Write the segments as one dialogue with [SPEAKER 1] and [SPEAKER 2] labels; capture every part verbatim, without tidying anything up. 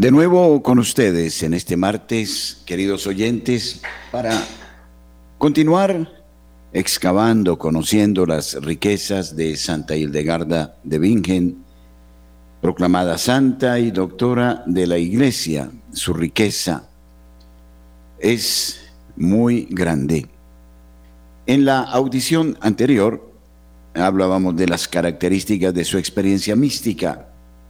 [SPEAKER 1] De nuevo con ustedes en este martes, queridos oyentes, para continuar excavando, conociendo las riquezas de Santa Hildegarda de Bingen, proclamada santa y doctora de la Iglesia. Su riqueza es muy grande. En la audición anterior hablábamos de las características de su experiencia mística.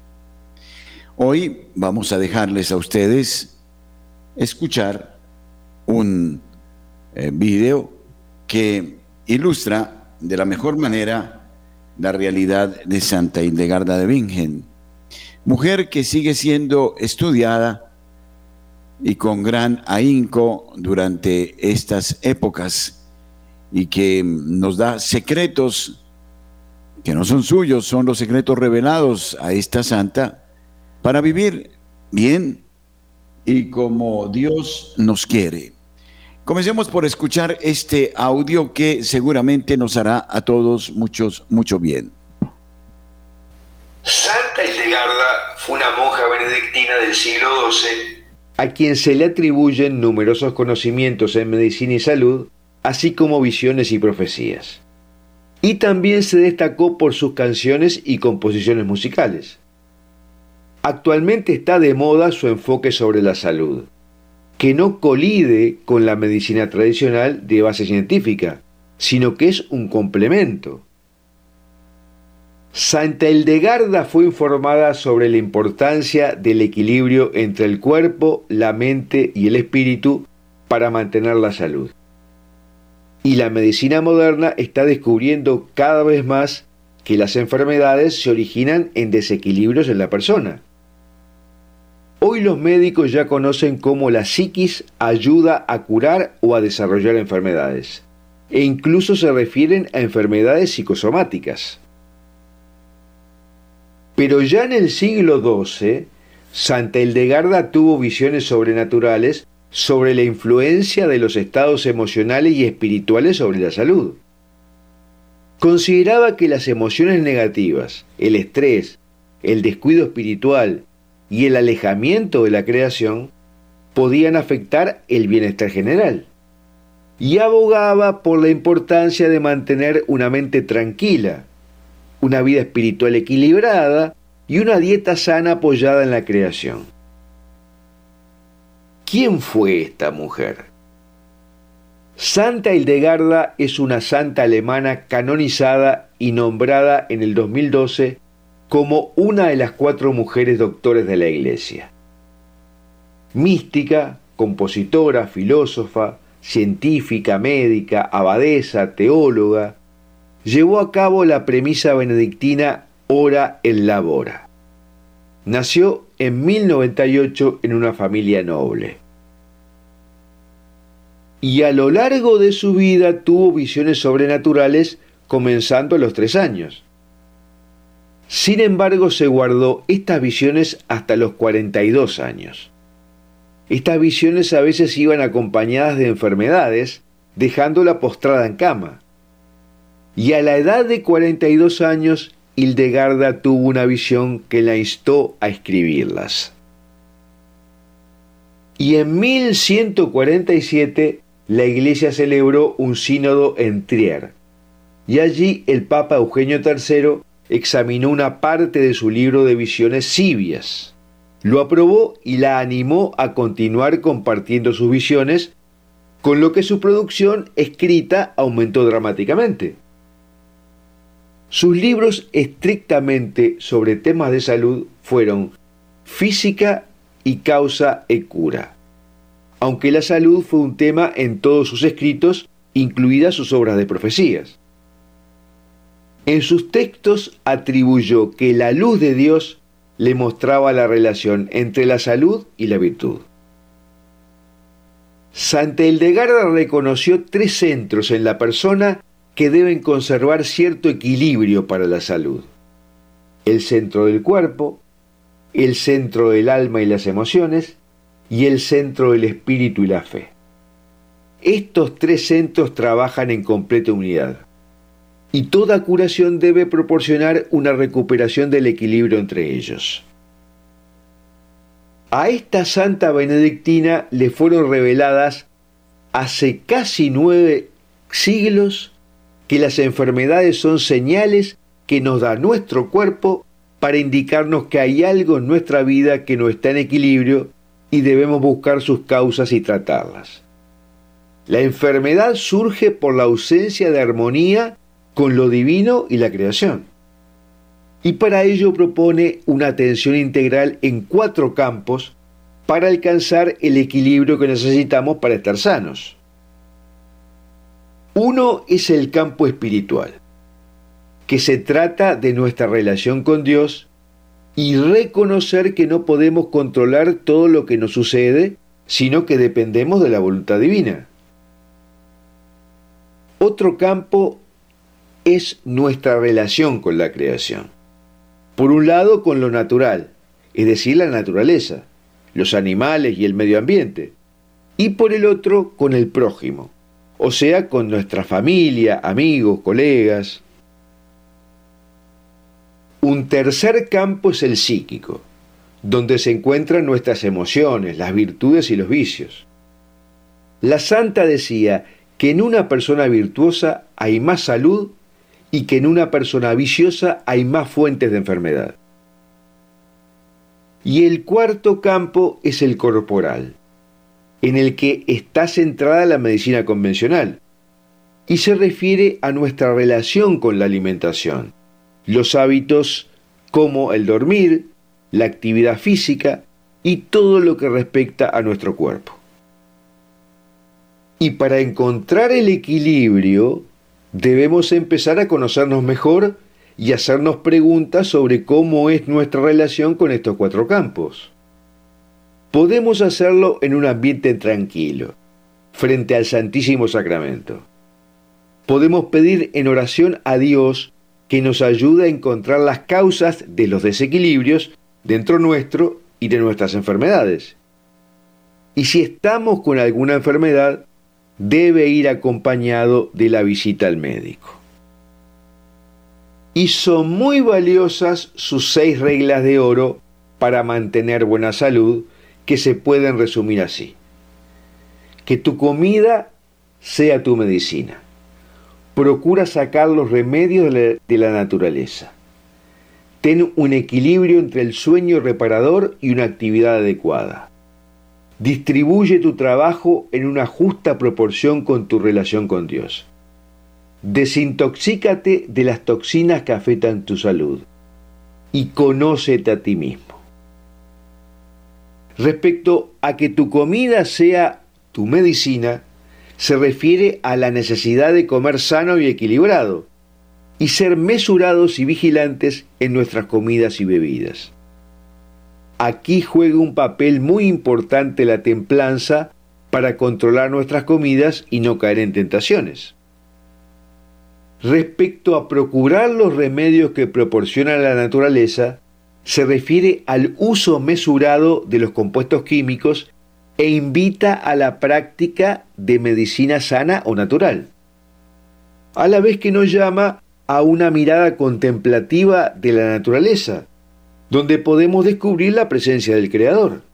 [SPEAKER 1] Hoy vamos a dejarles a ustedes escuchar un eh, video que ilustra de la mejor manera la realidad de Santa Hildegarda de Bingen, mujer que sigue siendo estudiada y con gran ahínco durante estas épocas y que nos da secretos que no son suyos, son los secretos revelados a esta santa para vivir bien y como Dios nos quiere. Comencemos por escuchar este audio que seguramente nos hará a todos muchos, mucho bien.
[SPEAKER 2] Santa Hildegarda fue una monja benedictina del siglo doce, a quien se le atribuyen numerosos conocimientos en medicina y salud, así como visiones y profecías. Y también se destacó por sus canciones y composiciones musicales. Actualmente está de moda su enfoque sobre la salud, que no colide con la medicina tradicional de base científica, sino que es un complemento. Santa Hildegarda fue informada sobre la importancia del equilibrio entre el cuerpo, la mente y el espíritu para mantener la salud. Y la medicina moderna está descubriendo cada vez más que las enfermedades se originan en desequilibrios en la persona. Hoy los médicos ya conocen cómo la psiquis ayuda a curar o a desarrollar enfermedades, e incluso se refieren a enfermedades psicosomáticas. Pero ya en el siglo doce, Santa Hildegarda tuvo visiones sobrenaturales sobre la influencia de los estados emocionales y espirituales sobre la salud. Consideraba que las emociones negativas, el estrés, el descuido espiritual y el alejamiento de la creación podían afectar el bienestar general. Y abogaba por la importancia de mantener una mente tranquila, una vida espiritual equilibrada y una dieta sana apoyada en la creación. ¿Quién fue esta mujer? Santa Hildegarda es una santa alemana canonizada y nombrada en el dos mil doce como una de las cuatro mujeres doctores de la Iglesia. Mística, compositora, filósofa, científica, médica, abadesa, teóloga, llevó a cabo la premisa benedictina Ora et Labora. Nació en mil noventa y ocho en una familia noble. Y a lo largo de su vida tuvo visiones sobrenaturales comenzando a los tres años. Sin embargo, se guardó estas visiones hasta los cuarenta y dos años. Estas visiones a veces iban acompañadas de enfermedades, dejándola postrada en cama. Y a la edad de cuarenta y dos años, Hildegarda tuvo una visión que la instó a escribirlas. Y en mil ciento cuarenta y siete, la Iglesia celebró un sínodo en Trier, y allí el Papa Eugenio tercero examinó una parte de su libro de visiones Sibias. Lo aprobó y la animó a continuar compartiendo sus visiones, con lo que su producción escrita aumentó dramáticamente. Sus libros estrictamente sobre temas de salud fueron Física y Causa e Cura, aunque la salud fue un tema en todos sus escritos, incluidas sus obras de profecías. En sus textos atribuyó que la luz de Dios le mostraba la relación entre la salud y la virtud. Santa Hildegarda reconoció tres centros en la persona que deben conservar cierto equilibrio para la salud: el centro del cuerpo, el centro del alma y las emociones, y el centro del espíritu y la fe. Estos tres centros trabajan en completa unidad. Y toda curación debe proporcionar una recuperación del equilibrio entre ellos. A esta santa benedictina le fueron reveladas hace casi nueve siglos que las enfermedades son señales que nos da nuestro cuerpo para indicarnos que hay algo en nuestra vida que no está en equilibrio y debemos buscar sus causas y tratarlas. La enfermedad surge por la ausencia de armonía con lo divino y la creación. Y para ello propone una atención integral en cuatro campos para alcanzar el equilibrio que necesitamos para estar sanos. Uno es el campo espiritual, que se trata de nuestra relación con Dios y reconocer que no podemos controlar todo lo que nos sucede, sino que dependemos de la voluntad divina. Otro campo es nuestra relación con la creación. Por un lado, con lo natural, es decir, la naturaleza, los animales y el medio ambiente. Y por el otro, con el prójimo, o sea, con nuestra familia, amigos, colegas. Un tercer campo es el psíquico, donde se encuentran nuestras emociones, las virtudes y los vicios. La santa decía que en una persona virtuosa hay más salud y que en una persona viciosa hay más fuentes de enfermedad. Y el cuarto campo es el corporal, en el que está centrada la medicina convencional, y se refiere a nuestra relación con la alimentación, los hábitos como el dormir, la actividad física y todo lo que respecta a nuestro cuerpo. Y para encontrar el equilibrio, debemos empezar a conocernos mejor y hacernos preguntas sobre cómo es nuestra relación con estos cuatro campos. Podemos hacerlo en un ambiente tranquilo, frente al Santísimo Sacramento. Podemos pedir en oración a Dios que nos ayude a encontrar las causas de los desequilibrios dentro nuestro y de nuestras enfermedades. Y si estamos con alguna enfermedad, debe ir acompañado de la visita al médico. Y son muy valiosas sus seis reglas de oro para mantener buena salud, que se pueden resumir así. Que tu comida sea tu medicina. Procura sacar los remedios de la, de la naturaleza. Ten un equilibrio entre el sueño reparador y una actividad adecuada. Distribuye tu trabajo en una justa proporción con tu relación con Dios. Desintoxícate de las toxinas que afectan tu salud y conócete a ti mismo. Respecto a que tu comida sea tu medicina, se refiere a la necesidad de comer sano y equilibrado y ser mesurados y vigilantes en nuestras comidas y bebidas. Aquí juega un papel muy importante la templanza para controlar nuestras comidas y no caer en tentaciones. Respecto a procurar los remedios que proporciona la naturaleza, se refiere al uso mesurado de los compuestos químicos e invita a la práctica de medicina sana o natural, a la vez que nos llama a una mirada contemplativa de la naturaleza, donde podemos descubrir la presencia del Creador.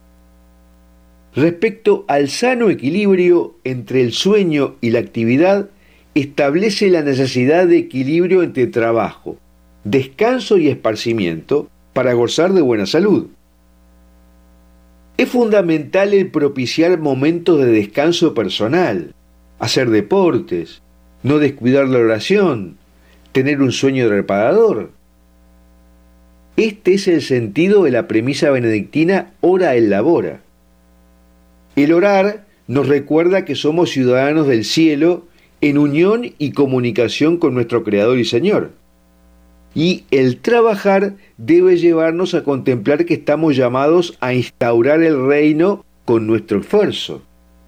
[SPEAKER 2] Respecto al sano equilibrio entre el sueño y la actividad, establece la necesidad de equilibrio entre trabajo, descanso y esparcimiento para gozar de buena salud. Es fundamental el propiciar momentos de descanso personal, hacer deportes, no descuidar la oración, tener un sueño reparador. Este es el sentido de la premisa benedictina ora et labora. El orar nos recuerda que somos ciudadanos del cielo en unión y comunicación con nuestro Creador y Señor. Y el trabajar debe llevarnos a contemplar que estamos llamados a instaurar el reino con nuestro esfuerzo.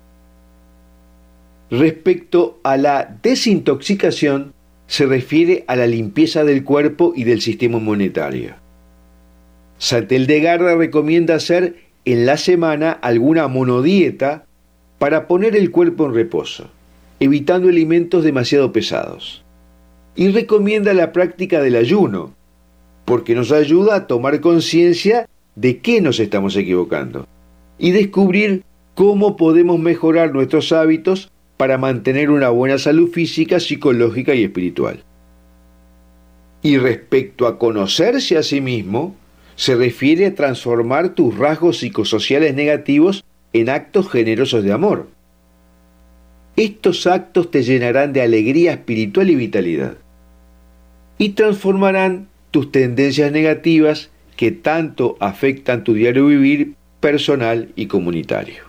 [SPEAKER 2] Respecto a la desintoxicación, se refiere a la limpieza del cuerpo y del sistema inmunitario. Santa Hildegarda recomienda hacer en la semana alguna monodieta para poner el cuerpo en reposo, evitando alimentos demasiado pesados. Y recomienda la práctica del ayuno, porque nos ayuda a tomar conciencia de qué nos estamos equivocando y descubrir cómo podemos mejorar nuestros hábitos para mantener una buena salud física, psicológica y espiritual. Y respecto a conocerse a sí mismo, se refiere a transformar tus rasgos psicosociales negativos en actos generosos de amor. Estos actos te llenarán de alegría espiritual y vitalidad, y transformarán tus tendencias negativas que tanto afectan tu diario vivir personal y comunitario.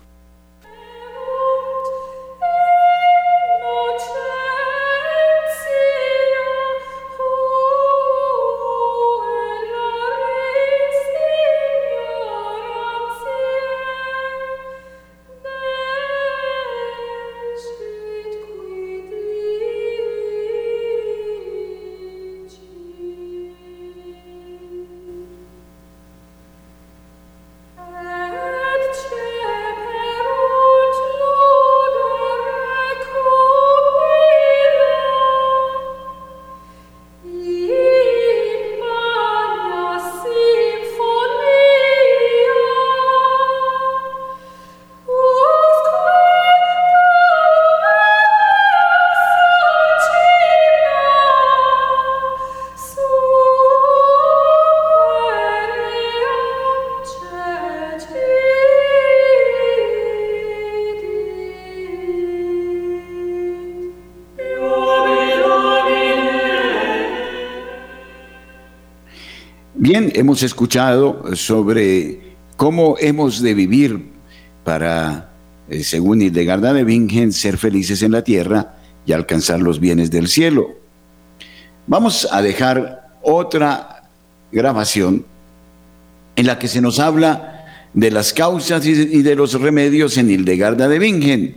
[SPEAKER 1] Bien, hemos escuchado sobre cómo hemos de vivir para, eh, según Hildegarda de Bingen, ser felices en la tierra y alcanzar los bienes del cielo. Vamos a dejar otra grabación en la que se nos habla de las causas y de los remedios en Hildegarda de Bingen.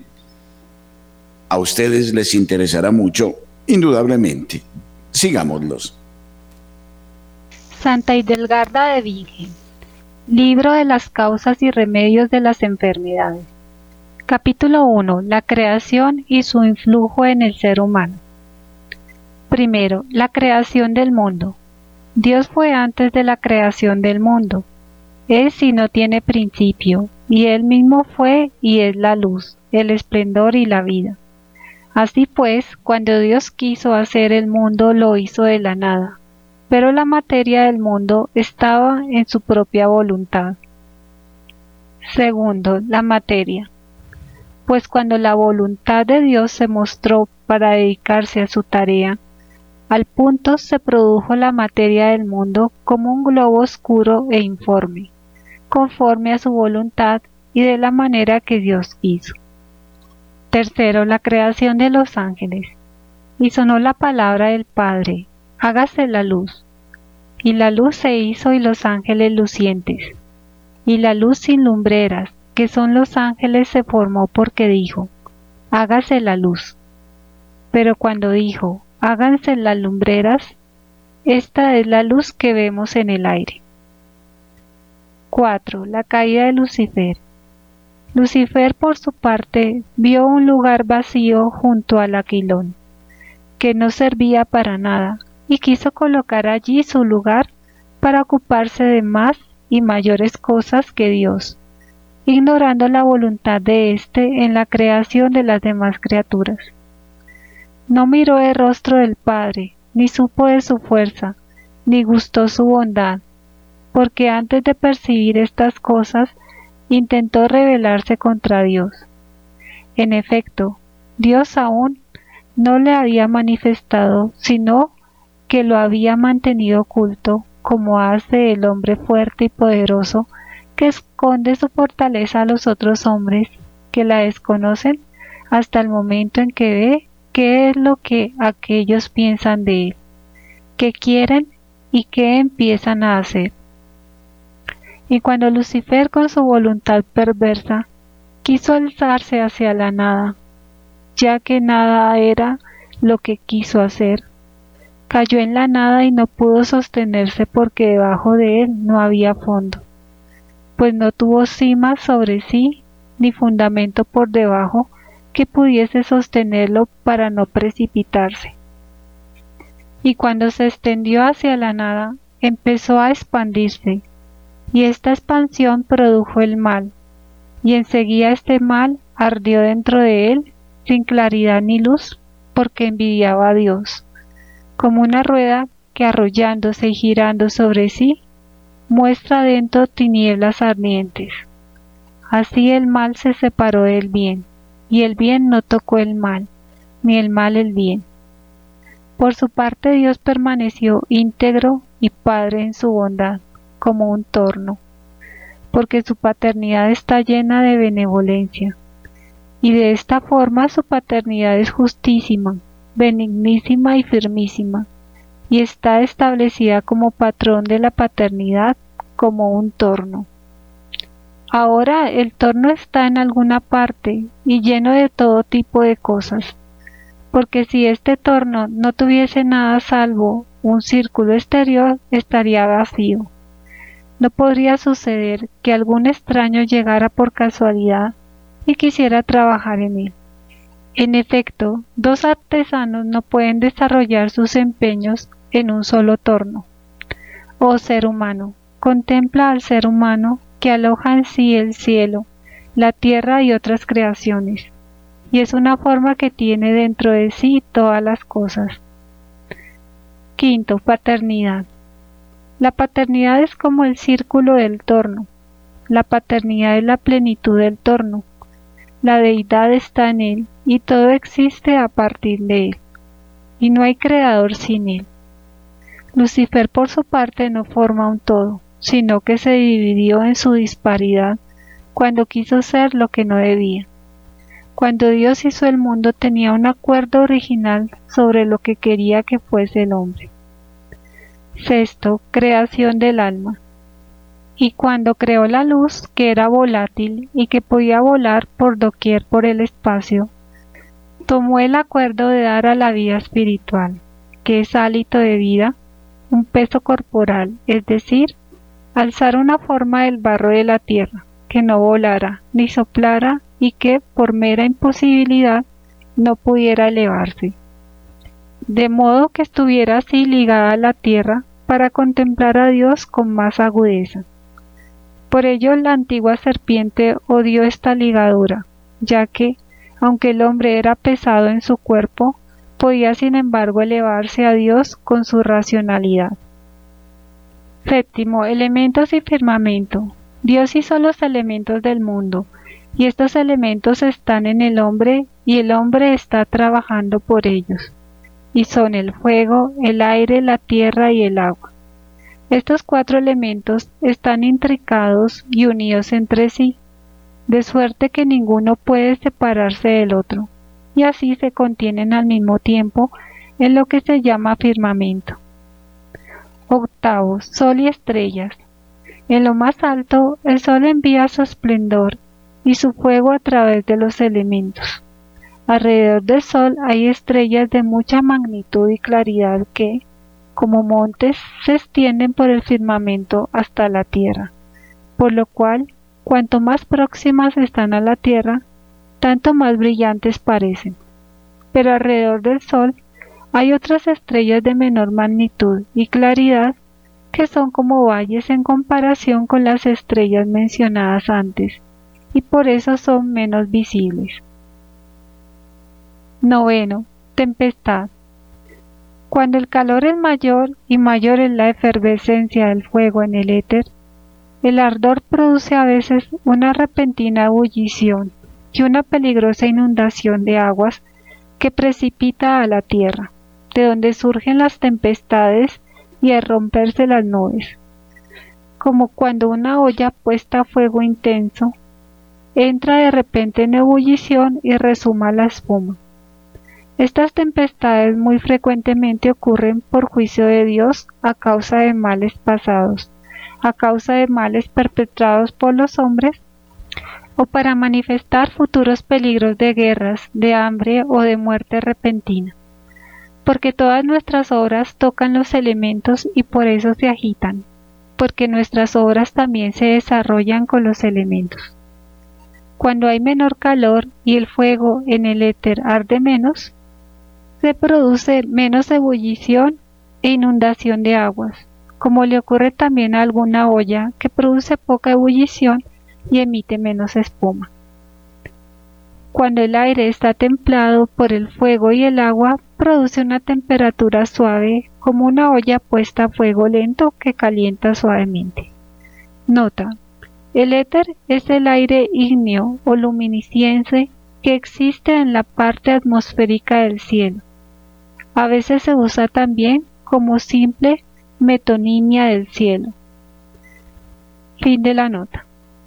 [SPEAKER 1] A ustedes les interesará mucho, indudablemente. Sigámoslos.
[SPEAKER 3] Santa Hildegarda de Bingen, Libro de las causas y remedios de las enfermedades. Capítulo uno. La creación y su influjo en el ser humano. Primero, la creación del mundo. Dios fue antes de la creación del mundo. Él sí no tiene principio, y Él mismo fue y es la luz, el esplendor y la vida. Así pues, cuando Dios quiso hacer el mundo, lo hizo de la nada. Pero la materia del mundo estaba en su propia voluntad. Segundo, la materia. Pues cuando la voluntad de Dios se mostró para dedicarse a su tarea, al punto se produjo la materia del mundo como un globo oscuro e informe, conforme a su voluntad y de la manera que Dios quiso. Tercero, la creación de los ángeles. Y sonó la palabra del Padre: hágase la luz. Y la luz se hizo y los ángeles lucientes. Y la luz sin lumbreras, que son los ángeles, se formó porque dijo: hágase la luz. Pero cuando dijo: háganse las lumbreras, esta es la luz que vemos en el aire. cuatro. La caída de Lucifer. Lucifer, por su parte, vio un lugar vacío junto al aquilón, que no servía para nada, y quiso colocar allí su lugar para ocuparse de más y mayores cosas que Dios, ignorando la voluntad de éste en la creación de las demás criaturas. No miró el rostro del Padre, ni supo de su fuerza, ni gustó su bondad, porque antes de percibir estas cosas, intentó rebelarse contra Dios. En efecto, Dios aún no le había manifestado, sino que lo había mantenido oculto, como hace el hombre fuerte y poderoso que esconde su fortaleza a los otros hombres que la desconocen hasta el momento en que ve qué es lo que aquellos piensan de él, qué quieren y qué empiezan a hacer. Y cuando Lucifer, con su voluntad perversa, quiso alzarse hacia la nada, ya que nada era lo que quiso hacer, cayó en la nada y no pudo sostenerse porque debajo de él no había fondo, pues no tuvo cima sobre sí ni fundamento por debajo que pudiese sostenerlo para no precipitarse. Y cuando se extendió hacia la nada, empezó a expandirse, y esta expansión produjo el mal, y enseguida este mal ardió dentro de él, sin claridad ni luz, porque envidiaba a Dios, como una rueda que arrollándose y girando sobre sí, muestra dentro tinieblas ardientes. Así el mal se separó del bien, y el bien no tocó el mal, ni el mal el bien. Por su parte Dios permaneció íntegro y Padre en su bondad, como un torno, porque su paternidad está llena de benevolencia, y de esta forma su paternidad es justísima, benignísima y firmísima, y está establecida como patrón de la paternidad, como un torno. Ahora el torno está en alguna parte y lleno de todo tipo de cosas, porque si este torno no tuviese nada salvo un círculo exterior, estaría vacío. No podría suceder que algún extraño llegara por casualidad y quisiera trabajar en él. En efecto, dos artesanos no pueden desarrollar sus empeños en un solo torno. Oh ser humano, contempla al ser humano que aloja en sí el cielo, la tierra y otras creaciones, y es una forma que tiene dentro de sí todas las cosas. Quinto, paternidad. La paternidad es como el círculo del torno. La paternidad es la plenitud del torno. La deidad está en él y todo existe a partir de él, y no hay creador sin él. Lucifer por su parte no forma un todo, sino que se dividió en su disparidad cuando quiso ser lo que no debía. Cuando Dios hizo el mundo tenía un acuerdo original sobre lo que quería que fuese el hombre. Sexto, creación del alma. Y cuando creó la luz, que era volátil y que podía volar por doquier por el espacio, tomó el acuerdo de dar a la vida espiritual, que es hálito de vida, un peso corporal, es decir, alzar una forma del barro de la tierra, que no volara ni soplara y que, por mera imposibilidad, no pudiera elevarse. De modo que estuviera así ligada a la tierra para contemplar a Dios con más agudeza. Por ello la antigua serpiente odió esta ligadura, ya que, aunque el hombre era pesado en su cuerpo, podía sin embargo elevarse a Dios con su racionalidad. Séptimo, elementos y firmamento. Dios hizo los elementos del mundo, y estos elementos están en el hombre, y el hombre está trabajando por ellos, y son el fuego, el aire, la tierra y el agua. Estos cuatro elementos están intrincados y unidos entre sí, de suerte que ninguno puede separarse del otro, y así se contienen al mismo tiempo en lo que se llama firmamento. Octavo, sol y estrellas. En lo más alto, el sol envía su esplendor y su fuego a través de los elementos. Alrededor del sol hay estrellas de mucha magnitud y claridad que, como montes, se extienden por el firmamento hasta la tierra, por lo cual, cuanto más próximas están a la tierra, tanto más brillantes parecen. Pero alrededor del sol hay otras estrellas de menor magnitud y claridad que son como valles en comparación con las estrellas mencionadas antes, y por eso son menos visibles. Noveno, tempestad. Cuando el calor es mayor y mayor es la efervescencia del fuego en el éter, el ardor produce a veces una repentina ebullición y una peligrosa inundación de aguas que precipita a la tierra, de donde surgen las tempestades y al romperse las nubes, como cuando una olla puesta a fuego intenso entra de repente en ebullición y resuma la espuma. Estas tempestades muy frecuentemente ocurren por juicio de Dios a causa de males pasados, a causa de males perpetrados por los hombres, o para manifestar futuros peligros de guerras, de hambre o de muerte repentina. Porque todas nuestras obras tocan los elementos y por eso se agitan, porque nuestras obras también se desarrollan con los elementos. Cuando hay menor calor y el fuego en el éter arde menos, se produce menos ebullición e inundación de aguas, como le ocurre también a alguna olla que produce poca ebullición y emite menos espuma. Cuando el aire está templado por el fuego y el agua, produce una temperatura suave como una olla puesta a fuego lento que calienta suavemente. Nota: el éter es el aire ígneo o luminiscente que existe en la parte atmosférica del cielo. A veces se usa también como simple metonimia del cielo. Fin de la nota.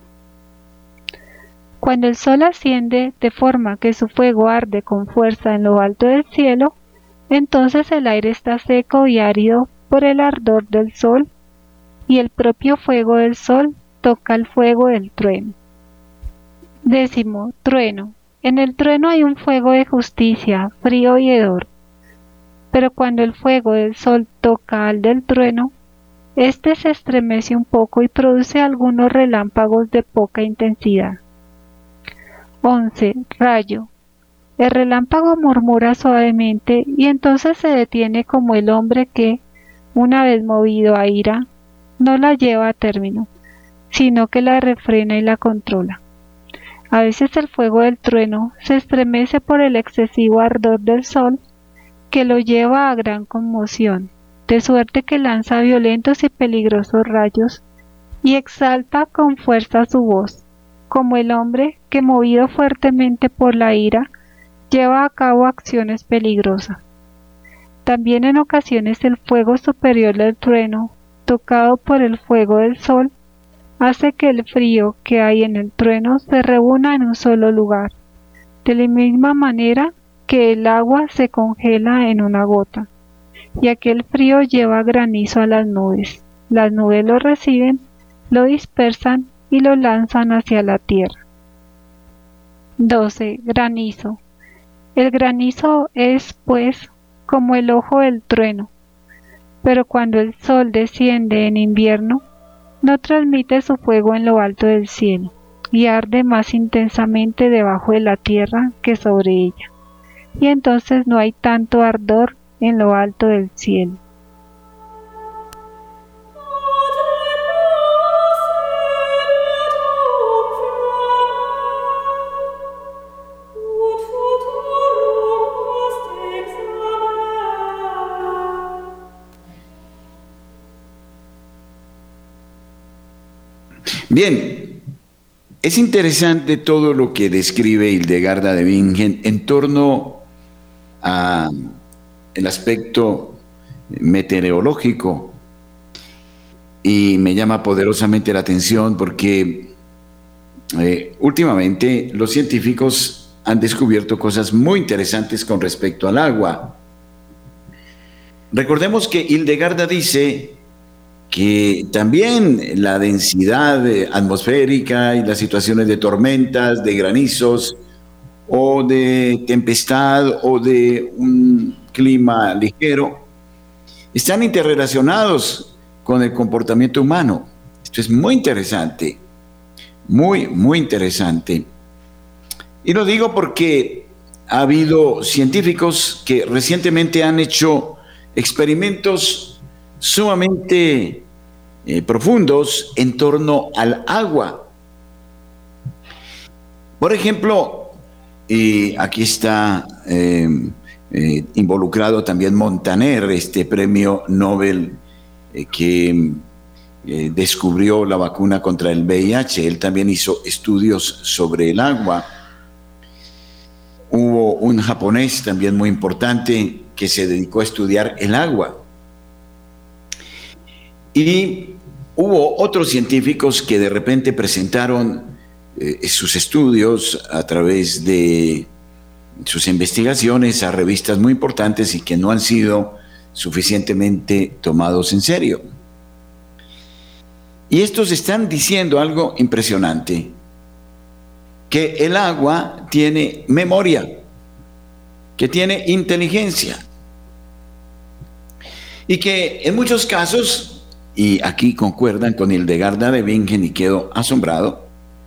[SPEAKER 3] Cuando el sol asciende de forma que su fuego arde con fuerza en lo alto del cielo, entonces el aire está seco y árido por el ardor del sol, y el propio fuego del sol toca el fuego del trueno. Décimo, trueno. En el trueno hay un fuego de justicia, frío y hedor. Pero cuando el fuego del sol toca al del trueno, éste se estremece un poco y produce algunos relámpagos de poca intensidad. once. Rayo. El relámpago murmura suavemente y entonces se detiene como el hombre que, una vez movido a ira, no la lleva a término, sino que la refrena y la controla. A veces el fuego del trueno se estremece por el excesivo ardor del sol, que lo lleva a gran conmoción, de suerte que lanza violentos y peligrosos rayos y exalta con fuerza su voz, como el hombre que, movido fuertemente por la ira, lleva a cabo acciones peligrosas. También en ocasiones el fuego superior del trueno, tocado por el fuego del sol, hace que el frío que hay en el trueno se reúna en un solo lugar, de la misma manera que el agua se congela en una gota, y aquel frío lleva granizo a las nubes. Las nubes lo reciben, lo dispersan y lo lanzan hacia la tierra. doce. Granizo. El granizo es, pues, como el ojo del trueno, pero cuando el sol desciende en invierno, no transmite su fuego en lo alto del cielo, y arde más intensamente debajo de la tierra que sobre ella, y entonces no hay tanto ardor en lo alto del cielo.
[SPEAKER 1] Bien, es interesante todo lo que describe Hildegarda de Bingen en torno al aspecto meteorológico, y me llama poderosamente la atención porque eh, últimamente los científicos han descubierto cosas muy interesantes con respecto al agua. Recordemos que Hildegarda dice que también la densidad atmosférica y las situaciones de tormentas, de granizos o de tempestad o de un clima ligero están interrelacionados con el comportamiento humano. Esto es muy interesante, muy, muy interesante. Y lo digo porque ha habido científicos que recientemente han hecho experimentos sumamente eh, profundos en torno al agua. Por ejemplo, eh, aquí está eh, eh, involucrado también Montaner, este premio Nobel eh, que eh, descubrió la vacuna contra el V I H. Él también hizo estudios sobre el agua. Hubo un japonés también muy importante que se dedicó a estudiar el agua. Y hubo otros científicos que de repente presentaron eh, sus estudios a través de sus investigaciones a revistas muy importantes y que no han sido suficientemente tomados en serio. Y estos están diciendo algo impresionante, que el agua tiene memoria, que tiene inteligencia, y que en muchos casos, y aquí concuerdan con Hildegarda de Bingen y quedo asombrado,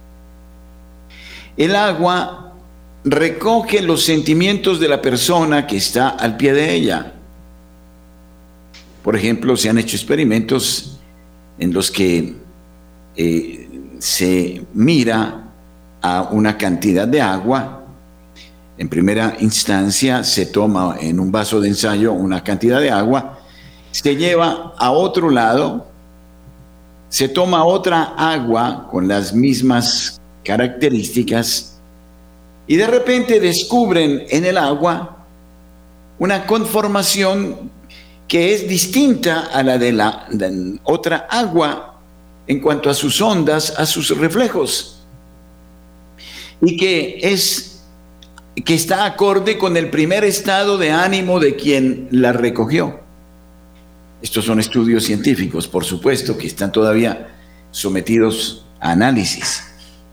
[SPEAKER 1] el agua recoge los sentimientos de la persona que está al pie de ella. Por ejemplo, se han hecho experimentos en los que eh, se mira a una cantidad de agua. En primera instancia se toma en un vaso de ensayo una cantidad de agua, se lleva a otro lado, se toma otra agua con las mismas características y de repente descubren en el agua una conformación que es distinta a la de la de otra agua en cuanto a sus ondas, a sus reflejos, y que es que está acorde con el primer estado de ánimo de quien la recogió. Estos son estudios científicos, por supuesto, que están todavía sometidos a análisis.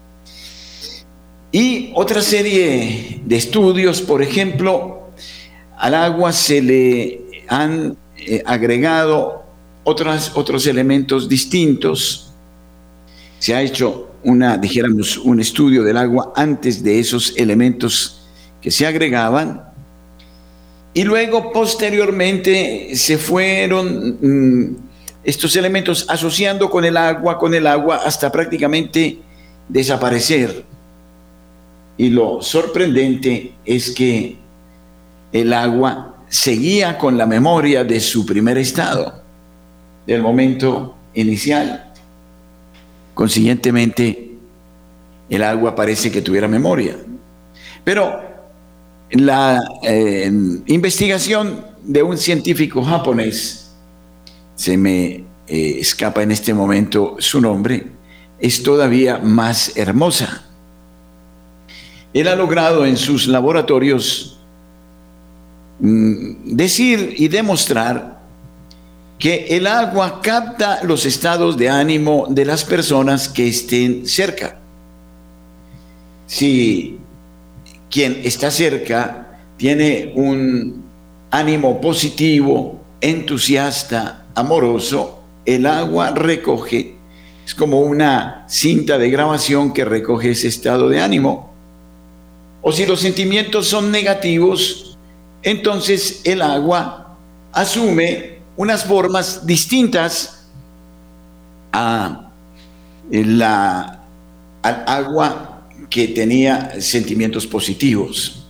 [SPEAKER 1] Y otra serie de estudios, por ejemplo, al agua se le han eh, agregado otras, otros elementos distintos. Se ha hecho una, dijéramos, un estudio del agua antes de esos elementos que se agregaban, y luego posteriormente se fueron mmm, estos elementos asociando con el agua, con el agua, hasta prácticamente desaparecer. Y lo sorprendente es que el agua seguía con la memoria de su primer estado, del momento inicial. Consiguientemente, el agua parece que tuviera memoria. Pero la eh, investigación de un científico japonés, se me eh, escapa en este momento su nombre, es todavía más hermosa. Él ha logrado en sus laboratorios mmm, decir y demostrar que el agua capta los estados de ánimo de las personas que estén cerca. Si quien está cerca tiene un ánimo positivo, entusiasta, amoroso, el agua recoge, es como una cinta de grabación que recoge ese estado de ánimo. O si los sentimientos son negativos, entonces el agua asume unas formas distintas a la, al agua que tenía sentimientos positivos.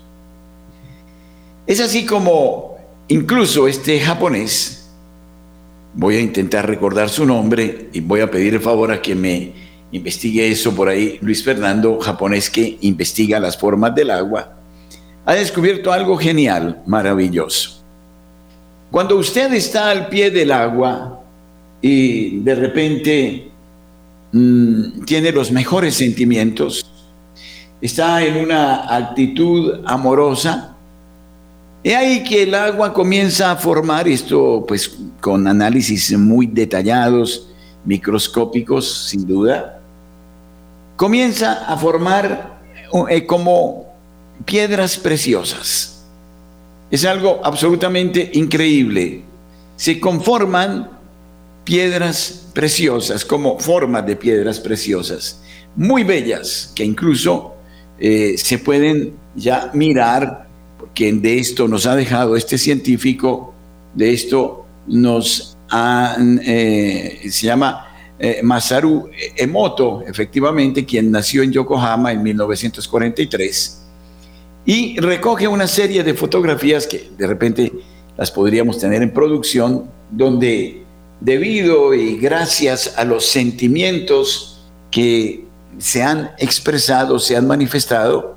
[SPEAKER 1] Es así como incluso este japonés, voy a intentar recordar su nombre y voy a pedir el favor a que me investigue eso por ahí, Luis Fernando, japonés que investiga las formas del agua, ha descubierto algo genial, maravilloso. Cuando usted está al pie del agua y de repente mmm, tiene los mejores sentimientos, está en una actitud amorosa, es ahí que el agua comienza a formar, esto pues con análisis muy detallados, microscópicos sin duda, comienza a formar eh, como piedras preciosas. Es algo absolutamente increíble. Se conforman piedras preciosas, como formas de piedras preciosas, muy bellas, que incluso eh, se pueden ya mirar, porque de esto nos ha dejado este científico, de esto nos ha, eh, se llama eh, Masaru Emoto, efectivamente, quien nació en Yokohama en mil novecientos cuarenta y tres, y recoge una serie de fotografías que de repente las podríamos tener en producción, donde debido y gracias a los sentimientos que se han expresado, se han manifestado,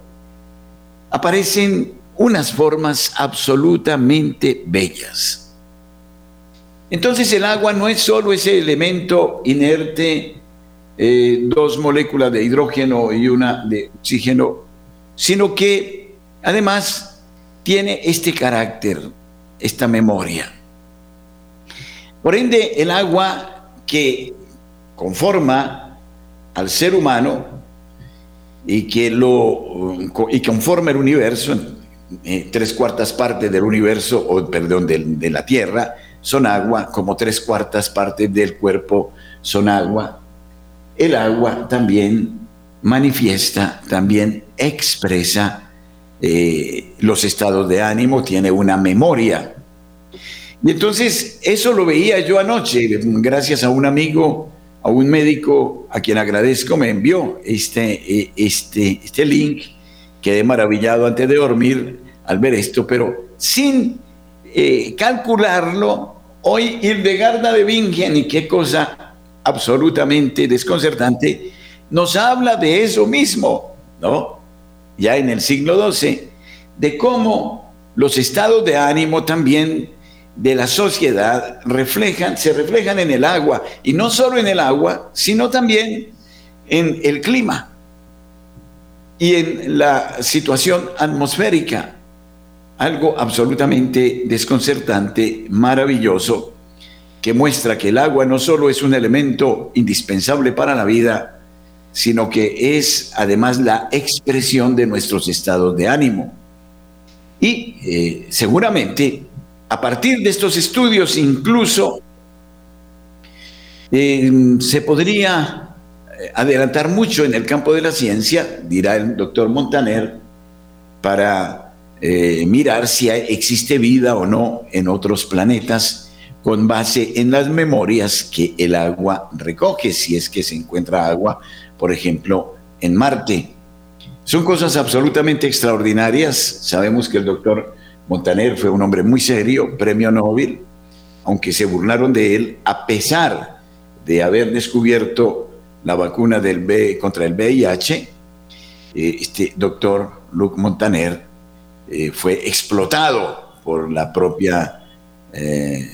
[SPEAKER 1] aparecen unas formas absolutamente bellas. Entonces el agua no es solo ese elemento inerte, eh, dos moléculas de hidrógeno y una de oxígeno, sino que además tiene este carácter, esta memoria. Por ende, el agua que conforma al ser humano y que lo y conforma el universo, eh, tres cuartas partes del universo, o perdón, de, de la Tierra son agua, como tres cuartas partes del cuerpo son agua. El agua también manifiesta, también expresa eh, los estados de ánimo, tiene una memoria. Y entonces eso lo veía yo anoche, gracias a un amigo, a un médico a quien agradezco, me envió este, este, este link. Quedé maravillado antes de dormir al ver esto, pero sin eh, calcularlo, hoy Hildegarda de Bingen, y qué cosa absolutamente desconcertante, nos habla de eso mismo, ¿no? Ya en el siglo doce, de cómo los estados de ánimo también de la sociedad reflejan, se reflejan en el agua, y no solo en el agua, sino también en el clima y en la situación atmosférica. Algo absolutamente desconcertante, maravilloso, que muestra que el agua no solo es un elemento indispensable para la vida, sino que es además la expresión de nuestros estados de ánimo. Y eh, seguramente, a partir de estos estudios, incluso eh, se podría adelantar mucho en el campo de la ciencia, dirá el doctor Montaner, para eh, mirar si hay, existe vida o no en otros planetas, con base en las memorias que el agua recoge, si es que se encuentra agua, por ejemplo, en Marte. Son cosas absolutamente extraordinarias. Sabemos que el doctor Montaner fue un hombre muy serio, premio Nobel, aunque se burlaron de él, a pesar de haber descubierto la vacuna del B, contra el V I H. Eh, este doctor Luc Montaner eh, fue explotado por la propia eh,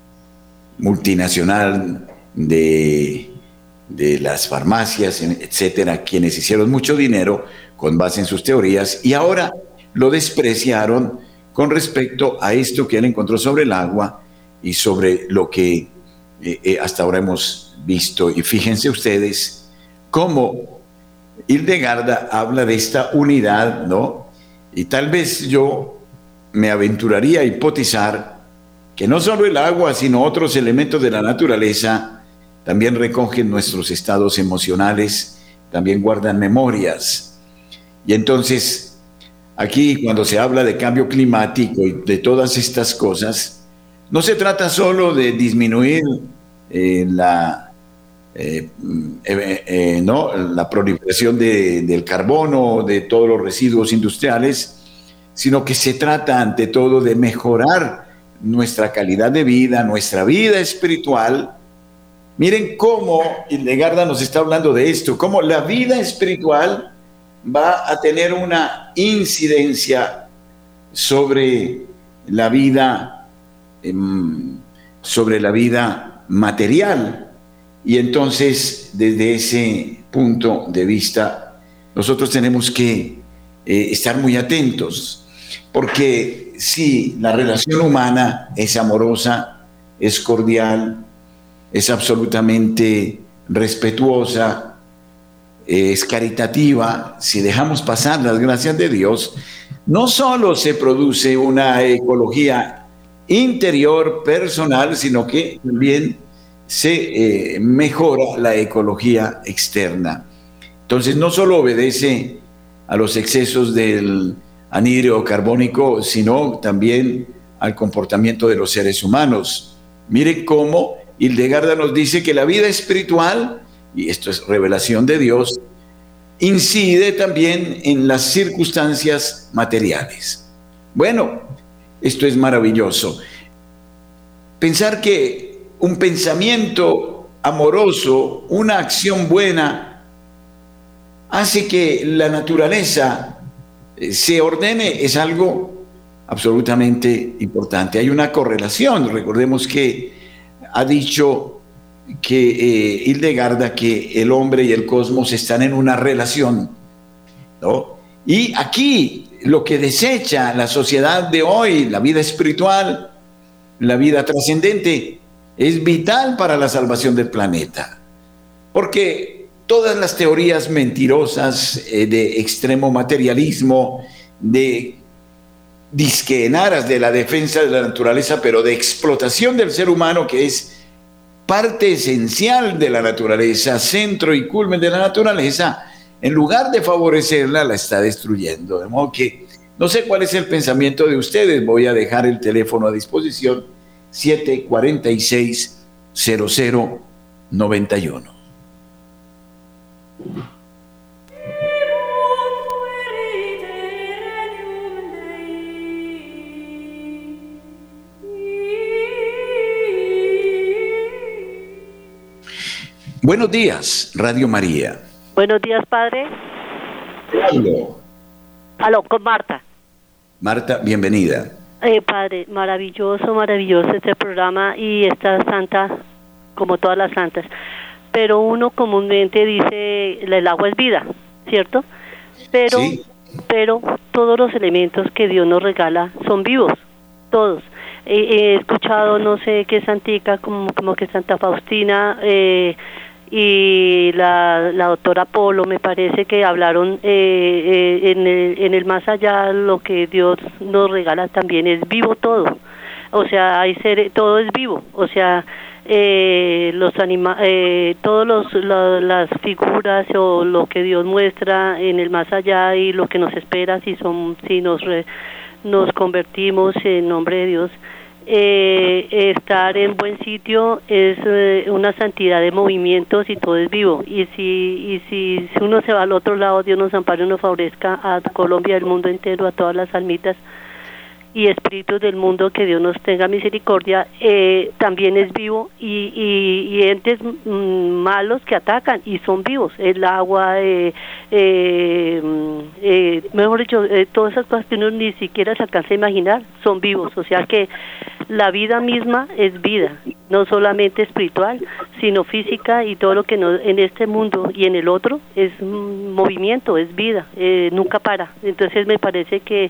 [SPEAKER 1] multinacional de, de las farmacias, etcétera, quienes hicieron mucho dinero con base en sus teorías, y ahora lo despreciaron con respecto a esto que él encontró sobre el agua y sobre lo que eh, eh, hasta ahora hemos visto. Y fíjense ustedes cómo Hildegarda habla de esta unidad, ¿no? Y tal vez yo me aventuraría a hipotizar que no solo el agua, sino otros elementos de la naturaleza también recogen nuestros estados emocionales, también guardan memorias. Y entonces, aquí cuando se habla de cambio climático y de todas estas cosas, no se trata solo de disminuir eh, la Eh, eh, eh, ¿no? la proliferación de, del carbono, de todos los residuos industriales, sino que se trata ante todo de mejorar nuestra calidad de vida, nuestra vida espiritual. Miren cómo Hildegarda nos está hablando de esto, cómo la vida espiritual va a tener una incidencia sobre la vida, eh, sobre la vida material. Y entonces, desde ese punto de vista, nosotros tenemos que eh, estar muy atentos, porque si la relación humana es amorosa, es cordial, es absolutamente respetuosa, es caritativa, si dejamos pasar las gracias de Dios, no solo se produce una ecología interior, personal, sino que también se eh, mejora la ecología externa. Entonces no solo obedece a los excesos del anhídrido carbónico, sino también al comportamiento de los seres humanos. Mire cómo Hildegarda nos dice que la vida espiritual, y esto es revelación de Dios, incide también en las circunstancias materiales. Bueno, esto es maravilloso. Pensar que un pensamiento amoroso, una acción buena, hace que la naturaleza se ordene, es algo absolutamente importante. Hay una correlación. Recordemos que ha dicho que eh, Hildegarda que el hombre y el cosmos están en una relación, ¿no? Y aquí lo que desecha la sociedad de hoy, la vida espiritual, la vida trascendente, es vital para la salvación del planeta, porque todas las teorías mentirosas eh, de extremo materialismo, de disque en aras de la defensa de la naturaleza, pero de explotación del ser humano, que es parte esencial de la naturaleza, centro y culmen de la naturaleza, en lugar de favorecerla, la está destruyendo. De modo que no sé cuál es el pensamiento de ustedes, voy a dejar el teléfono a disposición siete cuatro seis, cero cero nueve uno. Buenos días, Radio María.
[SPEAKER 4] Buenos días, padre.
[SPEAKER 1] Aló.
[SPEAKER 4] Aló, con Marta.
[SPEAKER 1] Marta, bienvenida.
[SPEAKER 4] Eh, padre, maravilloso, maravilloso este programa y esta santa, como todas las santas. Pero uno comúnmente dice, el agua es vida, ¿cierto? Pero, sí. pero todos los elementos que Dios nos regala son vivos, todos. Eh, he escuchado, no sé qué santica, como, como que Santa Faustina, eh, y la, la doctora Polo, me parece que hablaron eh, eh, en, el, en el más allá, lo que Dios nos regala también es vivo todo, o sea, hay seres, todo es vivo, o sea, eh, los anima, eh, todos los la, las figuras o lo que Dios muestra en el más allá y lo que nos espera si son si nos re, nos convertimos en nombre de Dios. Eh, estar en buen sitio es eh, una santidad de movimientos y todo es vivo, y si y si, si uno se va al otro lado, Dios nos ampare y nos favorezca a Colombia, al mundo entero, a todas las almitas y espíritus del mundo, que Dios nos tenga misericordia. Eh, también es vivo y, y, y entes mm, malos que atacan y son vivos, el agua, eh, eh, eh, mejor dicho, eh, todas esas cosas que uno ni siquiera se alcanza a imaginar son vivos, o sea que la vida misma es vida, no solamente espiritual, sino física, y todo lo que no, en este mundo y en el otro es movimiento, es vida, eh, nunca para. Entonces me parece que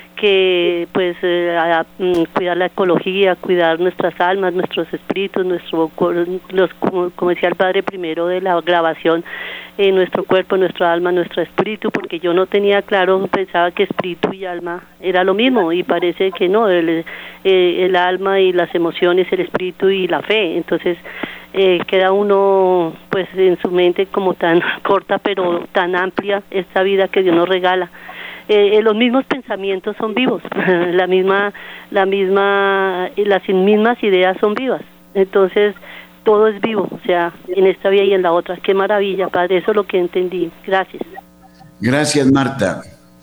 [SPEAKER 4] que pues eh, a, a, cuidar la ecología, cuidar nuestras almas, nuestros espíritus, nuestro los como, como decía el padre primero de la grabación, eh, nuestro cuerpo, nuestra alma, nuestro espíritu, porque yo no tenía claro, pensaba que espíritu y alma era lo mismo, y parece que no, el, eh, el alma y las emociones, el espíritu y la fe. Entonces eh, queda uno pues en su mente como tan corta pero tan amplia esta vida que Dios nos regala. Eh, los mismos pensamientos son vivos, la misma, la misma, las mismas ideas son vivas. Entonces todo es vivo, o sea, en esta vida y en la otra. Qué maravilla, padre, eso es lo que entendí. Gracias.
[SPEAKER 1] Gracias, Marta.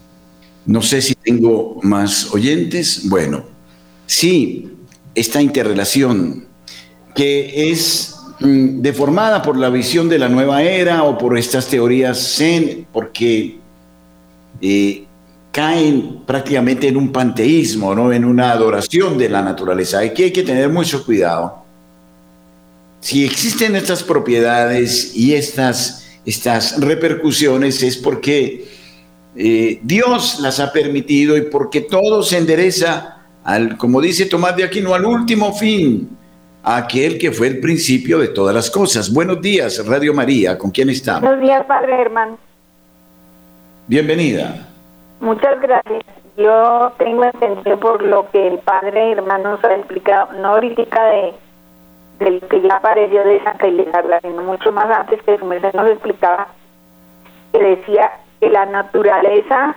[SPEAKER 1] No sé si tengo más oyentes. Bueno, sí, esta interrelación que es mm, deformada por la visión de la nueva era o por estas teorías zen, porque eh, caen prácticamente en un panteísmo, ¿no? En una adoración de la naturaleza. Aquí hay que tener mucho cuidado. Si existen estas propiedades y estas, estas repercusiones, es porque eh, Dios las ha permitido y porque todo se endereza, al, como dice Tomás de Aquino, al último fin, a aquel que fue el principio de todas las cosas. Buenos días, Radio María, ¿con quién estamos?
[SPEAKER 5] Buenos días, Padre Germán.
[SPEAKER 1] Bienvenida.
[SPEAKER 5] Muchas gracias. Yo tengo entendido por lo que el Padre Germán nos ha explicado, no ahorita de del que ya apareció de Santa Ileana, sino mucho más antes, que su merced nos explicaba, que decía que la naturaleza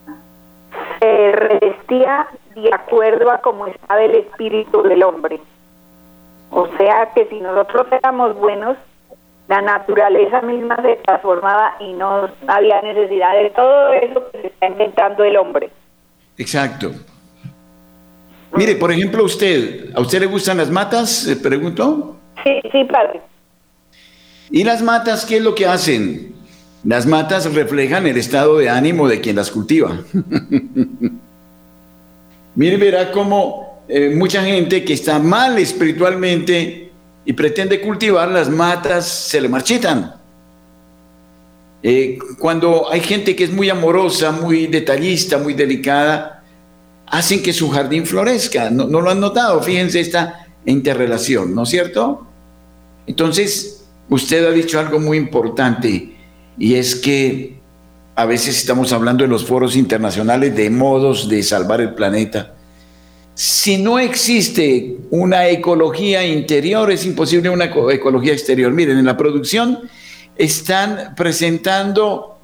[SPEAKER 5] se revestía de acuerdo a cómo estaba el espíritu del hombre. O sea que si nosotros éramos buenos, la naturaleza misma se transformaba y no había necesidad de todo eso que se está inventando el hombre.
[SPEAKER 1] Exacto. Mire, por ejemplo, usted, ¿a usted le gustan las matas? Se preguntó.
[SPEAKER 5] Sí, sí, padre.
[SPEAKER 1] ¿Y las matas qué es lo que hacen? Las matas reflejan el estado de ánimo de quien las cultiva. Mire, verá cómo eh, mucha gente que está mal espiritualmente y pretende cultivar las matas, se le marchitan. Eh, cuando hay gente que es muy amorosa, muy detallista, muy delicada, hacen que su jardín florezca. ¿No, no lo han notado? Fíjense esta interrelación, ¿no es cierto? Entonces, usted ha dicho algo muy importante, y es que a veces estamos hablando en los foros internacionales de modos de salvar el planeta. Si no existe una ecología interior, es imposible una ecología exterior. Miren, en la producción están presentando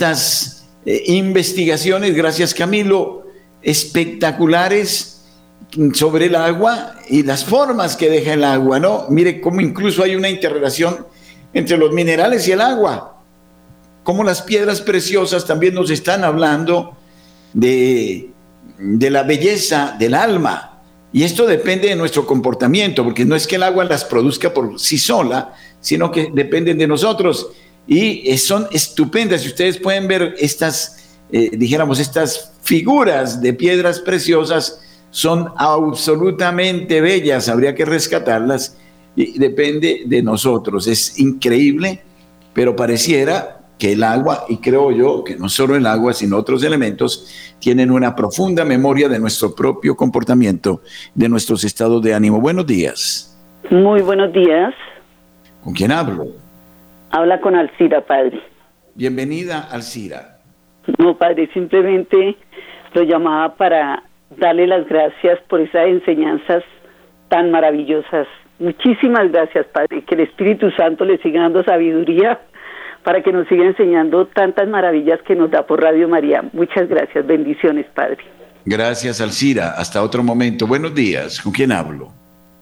[SPEAKER 1] estas eh, investigaciones, gracias Camilo, espectaculares, sobre el agua y las formas que deja el agua, ¿no? Mire cómo incluso hay una interrelación entre los minerales y el agua, cómo las piedras preciosas también nos están hablando de, de la belleza del alma, y esto depende de nuestro comportamiento, porque no es que el agua las produzca por sí sola, sino que dependen de nosotros, y son estupendas. Si ustedes pueden ver estas, eh, dijéramos, estas figuras de piedras preciosas, son absolutamente bellas, habría que rescatarlas, y depende de nosotros. Es increíble, pero pareciera que el agua, y creo yo que no solo el agua, sino otros elementos, tienen una profunda memoria de nuestro propio comportamiento, de nuestros estados de ánimo. Buenos días.
[SPEAKER 6] Muy buenos días.
[SPEAKER 1] ¿Con quién hablo?
[SPEAKER 6] Habla con Alcira, padre.
[SPEAKER 1] Bienvenida, Alcira.
[SPEAKER 6] No, padre, simplemente lo llamaba para darle las gracias por esas enseñanzas tan maravillosas. Muchísimas gracias, padre. Que el Espíritu Santo le siga dando sabiduría para que nos siga enseñando tantas maravillas que nos da por Radio María. Muchas gracias. Bendiciones, padre.
[SPEAKER 1] Gracias, Alcira. Hasta otro momento. Buenos días. ¿Con quién hablo?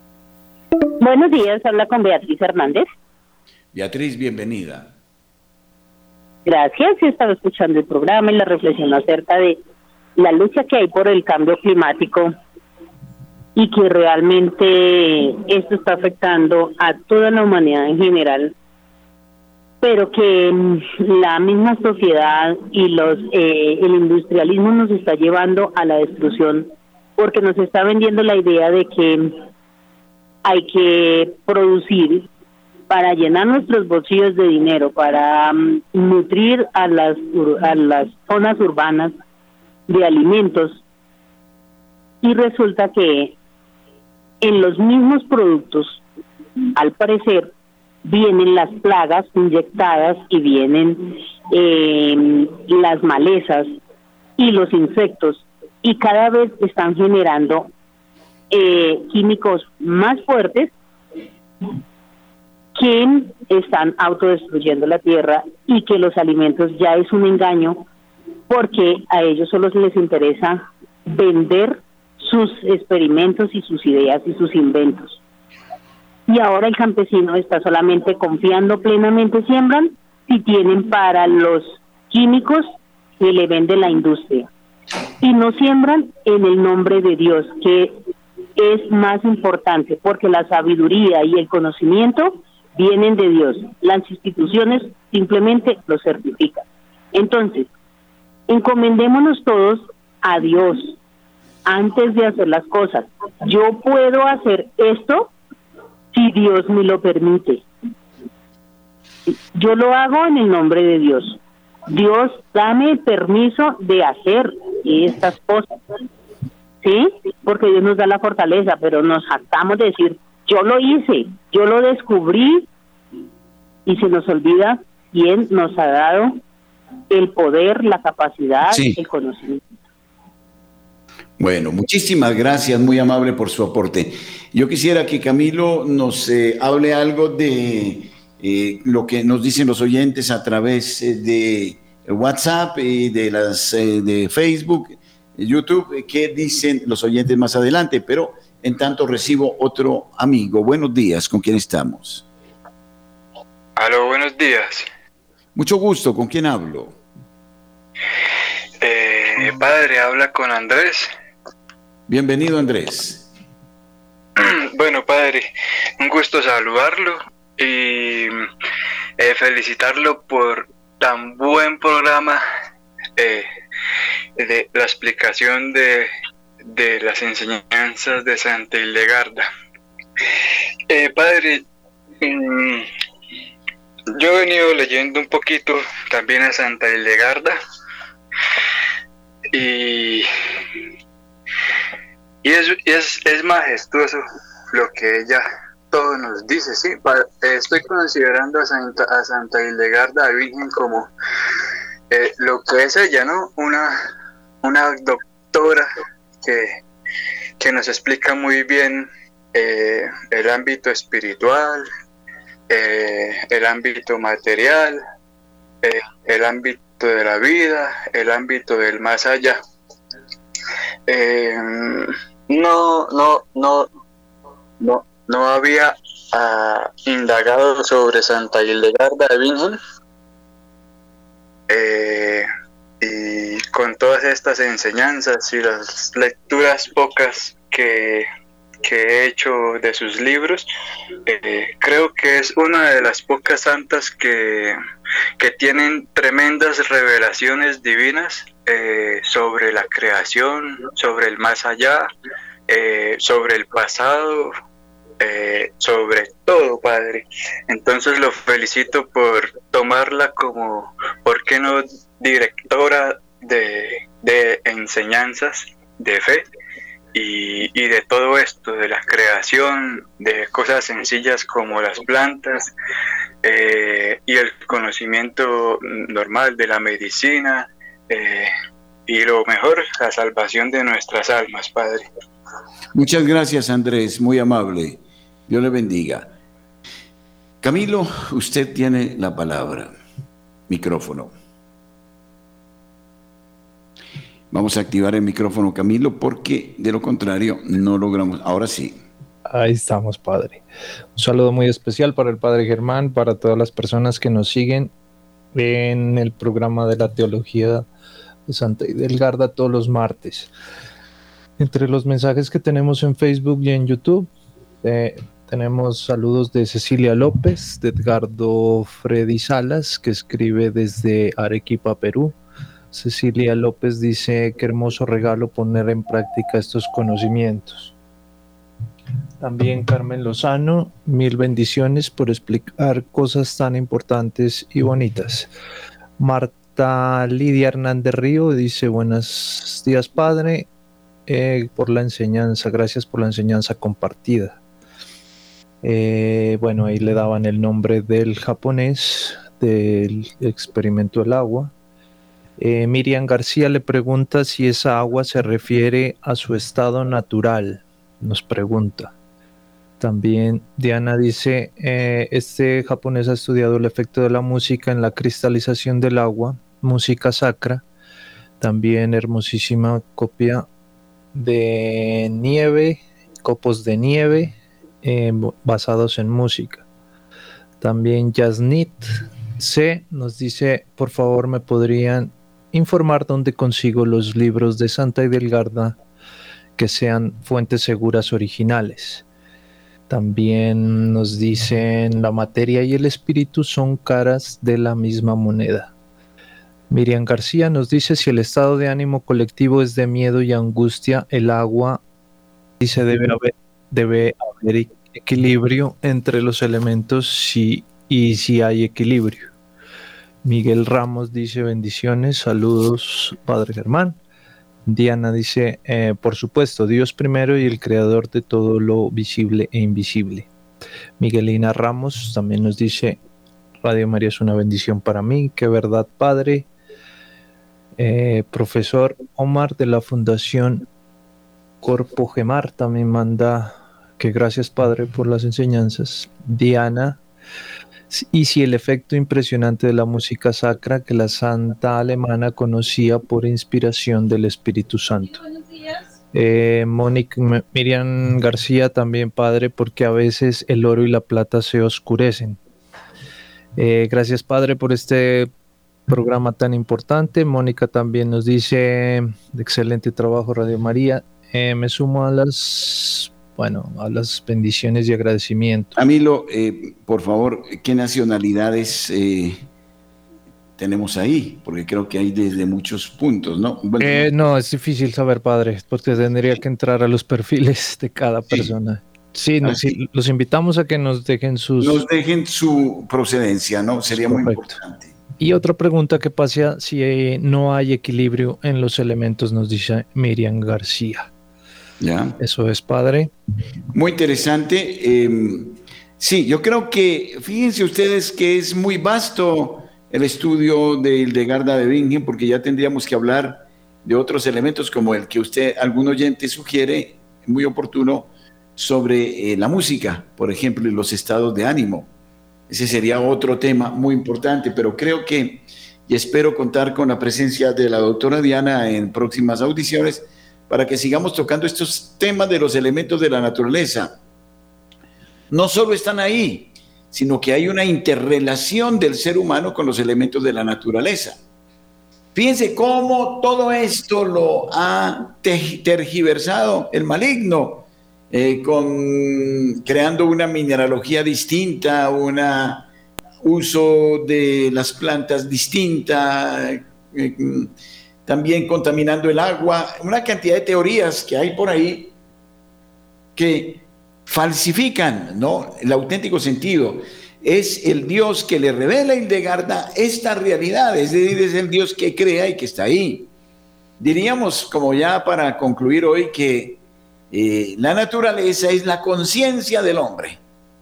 [SPEAKER 7] Buenos días. Habla con Beatriz Hernández.
[SPEAKER 1] Beatriz, bienvenida.
[SPEAKER 7] Gracias. He estado escuchando el programa y la reflexión acerca de la lucha que hay por el cambio climático y que realmente esto está afectando a toda la humanidad en general, pero que la misma sociedad y los eh, el industrialismo nos está llevando a la destrucción, porque nos está vendiendo la idea de que hay que producir para llenar nuestros bolsillos de dinero, para um, nutrir a las a las zonas urbanas de alimentos, y resulta que en los mismos productos, al parecer, vienen las plagas inyectadas y vienen eh, las malezas y los insectos, y cada vez están generando eh, químicos más fuertes que están autodestruyendo la tierra, y que los alimentos ya es un engaño, porque a ellos solo les interesa vender sus experimentos y sus ideas y sus inventos. Y ahora el campesino está solamente confiando plenamente, siembran si tienen para los químicos que le vende la industria, y no siembran en el nombre de Dios, que es más importante, porque la sabiduría y el conocimiento vienen de Dios. Las instituciones simplemente lo certifican. Entonces, encomendémonos todos a Dios antes de hacer las cosas. Yo puedo hacer esto si Dios me lo permite. Yo lo hago en el nombre de Dios. Dios, dame el permiso de hacer estas cosas, ¿sí? Porque Dios nos da la fortaleza, pero nos jactamos de decir, yo lo hice, yo lo descubrí, y se nos olvida quién nos ha dado el poder, la capacidad, sí, el conocimiento.
[SPEAKER 1] Bueno, muchísimas gracias, muy amable por su aporte. Yo quisiera que Camilo nos eh, hable algo de eh, lo que nos dicen los oyentes a través eh, de WhatsApp y de las eh, de Facebook, YouTube, eh, qué dicen los oyentes más adelante, pero en tanto recibo otro amigo. Buenos días, ¿con quién estamos?
[SPEAKER 8] Aló, buenos días.
[SPEAKER 1] Mucho gusto, ¿con quién hablo?
[SPEAKER 8] Eh, padre, habla con Andrés.
[SPEAKER 1] Bienvenido, Andrés.
[SPEAKER 8] Bueno, padre, un gusto saludarlo y eh, felicitarlo por tan buen programa, eh, de la explicación de, de las enseñanzas de Santa Hildegarda. Eh, padre, mmm, yo he venido leyendo un poquito también a Santa Hildegarda, y, y es, es, es majestuoso lo que ella todo nos dice, sí. Estoy considerando a Santa, a Santa Hildegarda Virgen como eh, lo que es ella, ¿no? Una, una doctora que, que nos explica muy bien eh, el ámbito espiritual, eh, el ámbito material, eh, el ámbito de la vida, el ámbito del más allá. Eh, no, no, no, no, no había uh, indagado sobre Santa Hildegarda de Bingen. Eh, y con todas estas enseñanzas y las lecturas pocas que, que he hecho de sus libros, eh, creo que es una de las pocas santas que, que tienen tremendas revelaciones divinas eh, sobre la creación, sobre el más allá, eh, sobre el pasado, eh, sobre todo, Padre. Entonces lo felicito por tomarla como, ¿por qué no?, directora de, de enseñanzas de fe y, y de todo esto, de la creación, de cosas sencillas como las plantas eh, y el conocimiento normal de la medicina eh, y lo mejor, la salvación de nuestras almas, Padre.
[SPEAKER 1] Muchas gracias, Andrés, muy amable. Dios le bendiga. Camilo, usted tiene la palabra. Micrófono. Vamos a activar el micrófono, Camilo, porque de lo contrario no logramos. Ahora sí.
[SPEAKER 9] Ahí estamos, Padre. Un saludo muy especial para el Padre Germán, para todas las personas que nos siguen en el programa de la Teología de Santa Hildegarda todos los martes. Entre los mensajes que tenemos en Facebook y en YouTube, eh, tenemos saludos de Cecilia López, de Edgardo Freddy Salas, que escribe desde Arequipa, Perú. Cecilia López dice: qué hermoso regalo poner en práctica estos conocimientos. También Carmen Lozano, mil bendiciones por explicar cosas tan importantes y bonitas. Marta Lidia Hernández Río dice: buenos días, Padre, eh, por la enseñanza, gracias por la enseñanza compartida. Eh, bueno, ahí le daban el nombre del japonés del experimento del agua. Eh, Miriam García le pregunta si esa agua se refiere a su estado natural, nos pregunta. También Diana dice, eh, este japonés ha estudiado el efecto de la música en la cristalización del agua, música sacra. También hermosísima copia de nieve, copos de nieve eh, basados en música. También Yasnit C nos dice, por favor me podrían informar dónde consigo los libros de Santa Hildegarda que sean fuentes seguras originales. También nos dicen, la materia y el espíritu son caras de la misma moneda. Miriam García nos dice, si el estado de ánimo colectivo es de miedo y angustia, el agua dice debe haber, debe haber equilibrio entre los elementos si, y si hay equilibrio. Miguel Ramos dice, bendiciones, saludos, Padre Germán. Diana dice, eh, por supuesto, Dios primero y el creador de todo lo visible e invisible. Miguelina Ramos también nos dice, Radio María es una bendición para mí, qué verdad, Padre. Eh, profesor Omar de la Fundación Corpo Gemar también manda que gracias, Padre, por las enseñanzas. Diana, y si el efecto impresionante de la música sacra que la santa alemana conocía por inspiración del Espíritu Santo. Eh, Mónica Miriam García también, Padre, porque a veces el oro y la plata se oscurecen. Eh, gracias, Padre, por este programa tan importante. Mónica también nos dice, excelente trabajo, Radio María. Eh, me sumo a las... Bueno, a las bendiciones y agradecimiento.
[SPEAKER 1] Camilo, eh, por favor, ¿qué nacionalidades eh, tenemos ahí? Porque creo que hay desde muchos puntos, ¿no? Bueno,
[SPEAKER 9] eh, no, es difícil saber, Padre, porque tendría que entrar a los perfiles de cada sí. persona. Sí, no, sí, los invitamos a que nos dejen sus...
[SPEAKER 1] Nos dejen su procedencia, ¿no? Sería Correcto. Muy importante.
[SPEAKER 9] Y otra pregunta que pasa si eh, no hay equilibrio en los elementos, nos dice Miriam García.
[SPEAKER 1] ¿Ya?
[SPEAKER 9] Eso es, Padre.
[SPEAKER 1] Muy interesante. Eh, sí, yo creo que, fíjense ustedes que es muy vasto el estudio de Hildegarda de Bingen, porque ya tendríamos que hablar de otros elementos como el que usted, algún oyente sugiere, muy oportuno, sobre eh, la música, por ejemplo, y los estados de ánimo. Ese sería otro tema muy importante, pero creo que, y espero contar con la presencia de la doctora Diana en próximas audiciones, para que sigamos tocando estos temas de los elementos de la naturaleza. No solo están ahí, sino que hay una interrelación del ser humano con los elementos de la naturaleza. Fíjense cómo todo esto lo ha tergiversado el maligno, eh, con, creando una mineralogía distinta, un uso de las plantas distinta, eh, también contaminando el agua, una cantidad de teorías que hay por ahí que falsifican, ¿no?, el auténtico sentido. Es el Dios que le revela a Hildegarda esta realidad, es decir, es el Dios que crea y que está ahí. Diríamos, como ya para concluir hoy, que eh, la naturaleza es la conciencia del hombre.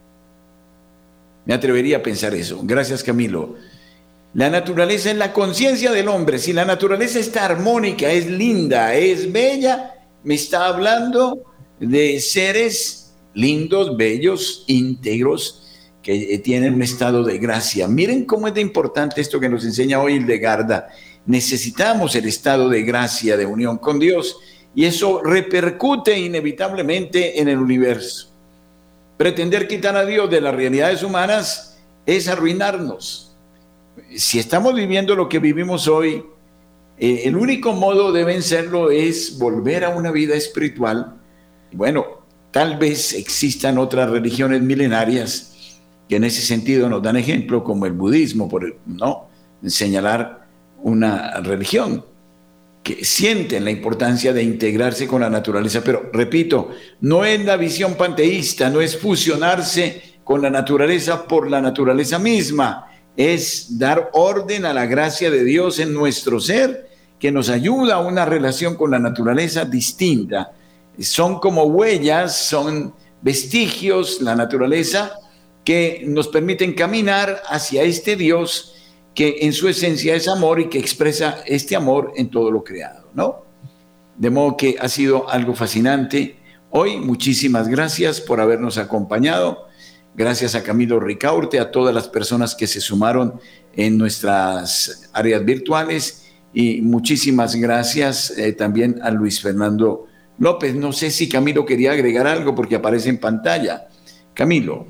[SPEAKER 1] Me atrevería a pensar eso. Gracias, Camilo. La naturaleza es la conciencia del hombre. Si la naturaleza está armónica, es linda, es bella, me está hablando de seres lindos, bellos, íntegros, que tienen un estado de gracia. Miren cómo es de importante esto que nos enseña hoy Hildegarda. Necesitamos el estado de gracia, de unión con Dios, y eso repercute inevitablemente en el universo. Pretender quitar a Dios de las realidades humanas es arruinarnos. Si estamos viviendo lo que vivimos hoy, eh, el único modo de vencerlo es volver a una vida espiritual. Bueno, tal vez existan otras religiones milenarias que en ese sentido nos dan ejemplo, como el budismo, por no señalar una religión, que sienten la importancia de integrarse con la naturaleza. Pero, repito, no es la visión panteísta, no es fusionarse con la naturaleza por la naturaleza misma, es dar orden a la gracia de Dios en nuestro ser, que nos ayuda a una relación con la naturaleza distinta. Son como huellas, son vestigios, la naturaleza, que nos permiten caminar hacia este Dios que en su esencia es amor y que expresa este amor en todo lo creado, ¿no? De modo que ha sido algo fascinante. Hoy, muchísimas gracias por habernos acompañado. Gracias a Camilo Ricaurte, a todas las personas que se sumaron en nuestras áreas virtuales, y muchísimas gracias eh, también a Luis Fernando López. No sé si Camilo quería agregar algo porque aparece en pantalla. Camilo.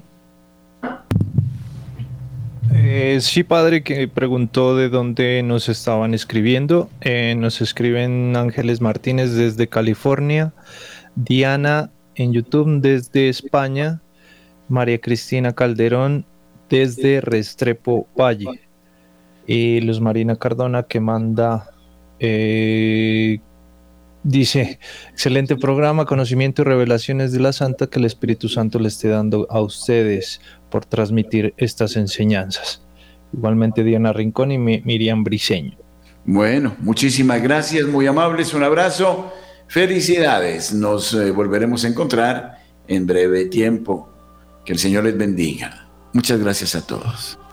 [SPEAKER 9] Eh, sí, padre, que preguntó de dónde nos estaban escribiendo. Eh, nos escriben Ángeles Martínez desde California, Diana en YouTube desde España, María Cristina Calderón desde Restrepo Valle, y Luz Marina Cardona, que manda, eh, dice: excelente programa, conocimiento y revelaciones de la Santa, que el Espíritu Santo le esté dando a ustedes por transmitir estas enseñanzas. Igualmente Diana Rincón y Miriam Briceño.
[SPEAKER 1] Bueno, muchísimas gracias, muy amables, un abrazo, felicidades, nos eh, volveremos a encontrar en breve tiempo. Que el Señor les bendiga. Muchas gracias a todos.